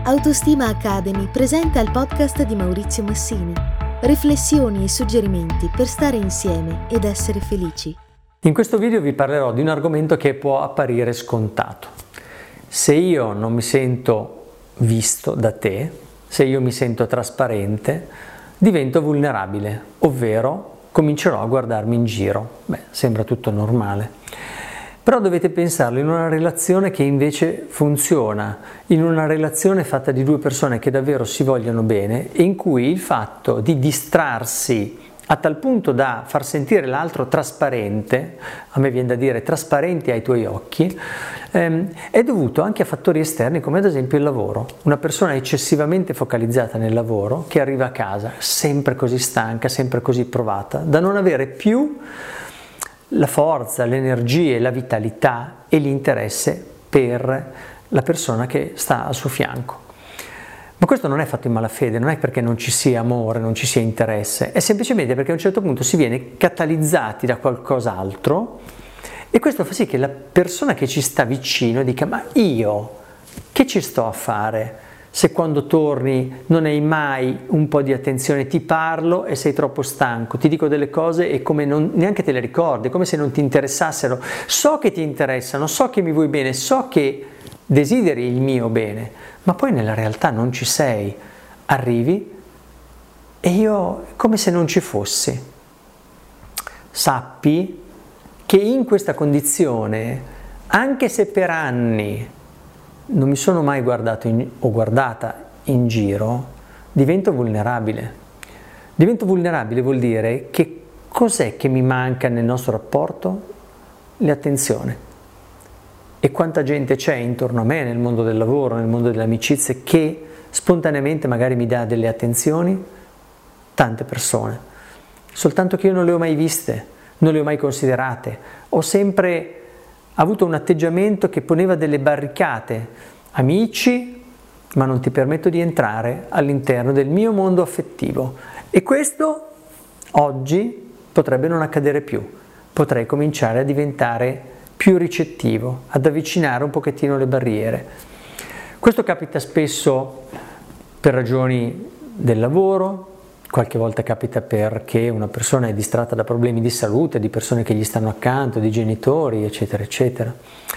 Autostima Academy presenta il podcast di Maurizio Massini. Riflessioni e suggerimenti per stare insieme ed essere felici. In questo video vi parlerò di un argomento che può apparire scontato. Se io non mi sento visto da te, se io mi sento trasparente, divento vulnerabile, ovvero comincerò a guardarmi in giro. Sembra tutto normale. Però dovete pensarlo in una relazione che invece funziona, in una relazione fatta di due persone che davvero si vogliono bene e in cui il fatto di distrarsi a tal punto da far sentire l'altro trasparente, a me viene da dire trasparenti ai tuoi occhi, è dovuto anche a fattori esterni come ad esempio il lavoro. Una persona eccessivamente focalizzata nel lavoro che arriva a casa sempre così stanca, sempre così provata, da non avere più la forza, le energie, la vitalità e l'interesse per la persona che sta al suo fianco. Ma questo non è fatto in malafede, non è perché non ci sia amore, non ci sia interesse, è semplicemente perché a un certo punto si viene catalizzati da qualcos'altro e questo fa sì che la persona che ci sta vicino dica: ma io che ci sto a fare? Se quando torni non hai mai un po' di attenzione, ti parlo e sei troppo stanco, ti dico delle cose e come neanche te le ricordi, come se non ti interessassero. So che ti interessano, so che mi vuoi bene, so che desideri il mio bene, ma poi nella realtà non ci sei. Arrivi e io come se non ci fossi. Sappi che in questa condizione, anche se per anni non mi sono mai guardato o guardata in giro, divento vulnerabile. Divento vulnerabile vuol dire che cos'è che mi manca nel nostro rapporto? L'attenzione. E quanta gente c'è intorno a me nel mondo del lavoro, nel mondo delle amicizie, che spontaneamente magari mi dà delle attenzioni? Tante persone. Soltanto che io non le ho mai viste, non le ho mai considerate. Ho sempre avuto un atteggiamento che poneva delle barricate. Amici, ma non ti permetto di entrare all'interno del mio mondo affettivo. E questo oggi potrebbe non accadere più. Potrei cominciare a diventare più ricettivo, ad avvicinare un pochettino le barriere. Questo capita spesso per ragioni del lavoro, qualche volta capita perché una persona è distratta da problemi di salute, di persone che gli stanno accanto, di genitori, eccetera, eccetera.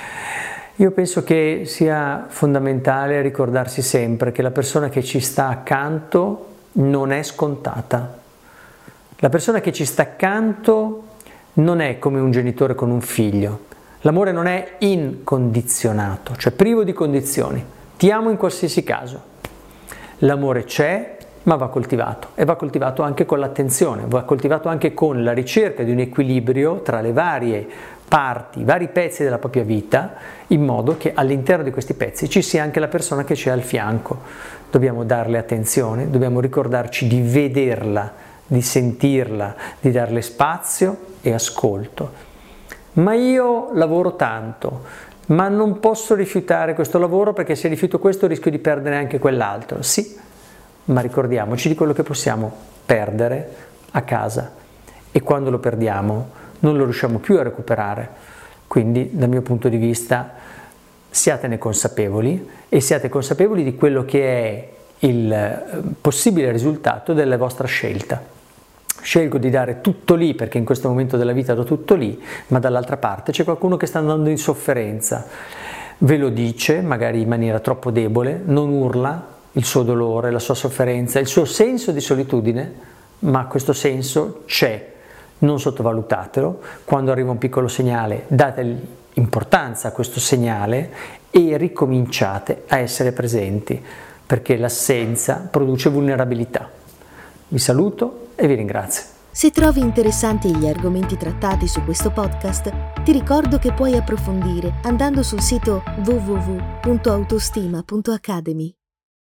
Io penso che sia fondamentale ricordarsi sempre che la persona che ci sta accanto non è scontata. La persona che ci sta accanto non è come un genitore con un figlio. L'amore non è incondizionato, cioè privo di condizioni. Ti amo in qualsiasi caso. L'amore c'è, ma va coltivato e va coltivato anche con l'attenzione, va coltivato anche con la ricerca di un equilibrio tra le varie parti, i vari pezzi della propria vita, in modo che all'interno di questi pezzi ci sia anche la persona che c'è al fianco. Dobbiamo darle attenzione, dobbiamo ricordarci di vederla, di sentirla, di darle spazio e ascolto. Ma io lavoro tanto, ma non posso rifiutare questo lavoro perché se rifiuto questo rischio di perdere anche quell'altro. Sì, ma ricordiamoci di quello che possiamo perdere a casa e quando lo perdiamo non lo riusciamo più a recuperare. Quindi dal mio punto di vista siatene consapevoli e siate consapevoli di quello che è il possibile risultato della vostra scelta. Scelgo di dare tutto lì perché in questo momento della vita do tutto lì, ma dall'altra parte c'è qualcuno che sta andando in sofferenza. Ve lo dice, magari in maniera troppo debole, non urla il suo dolore, la sua sofferenza, il suo senso di solitudine, ma questo senso c'è, non sottovalutatelo. Quando arriva un piccolo segnale, date importanza a questo segnale e ricominciate a essere presenti, perché l'assenza produce vulnerabilità. Vi saluto e vi ringrazio. Se trovi interessanti gli argomenti trattati su questo podcast, ti ricordo che puoi approfondire andando sul sito www.autostima.academy.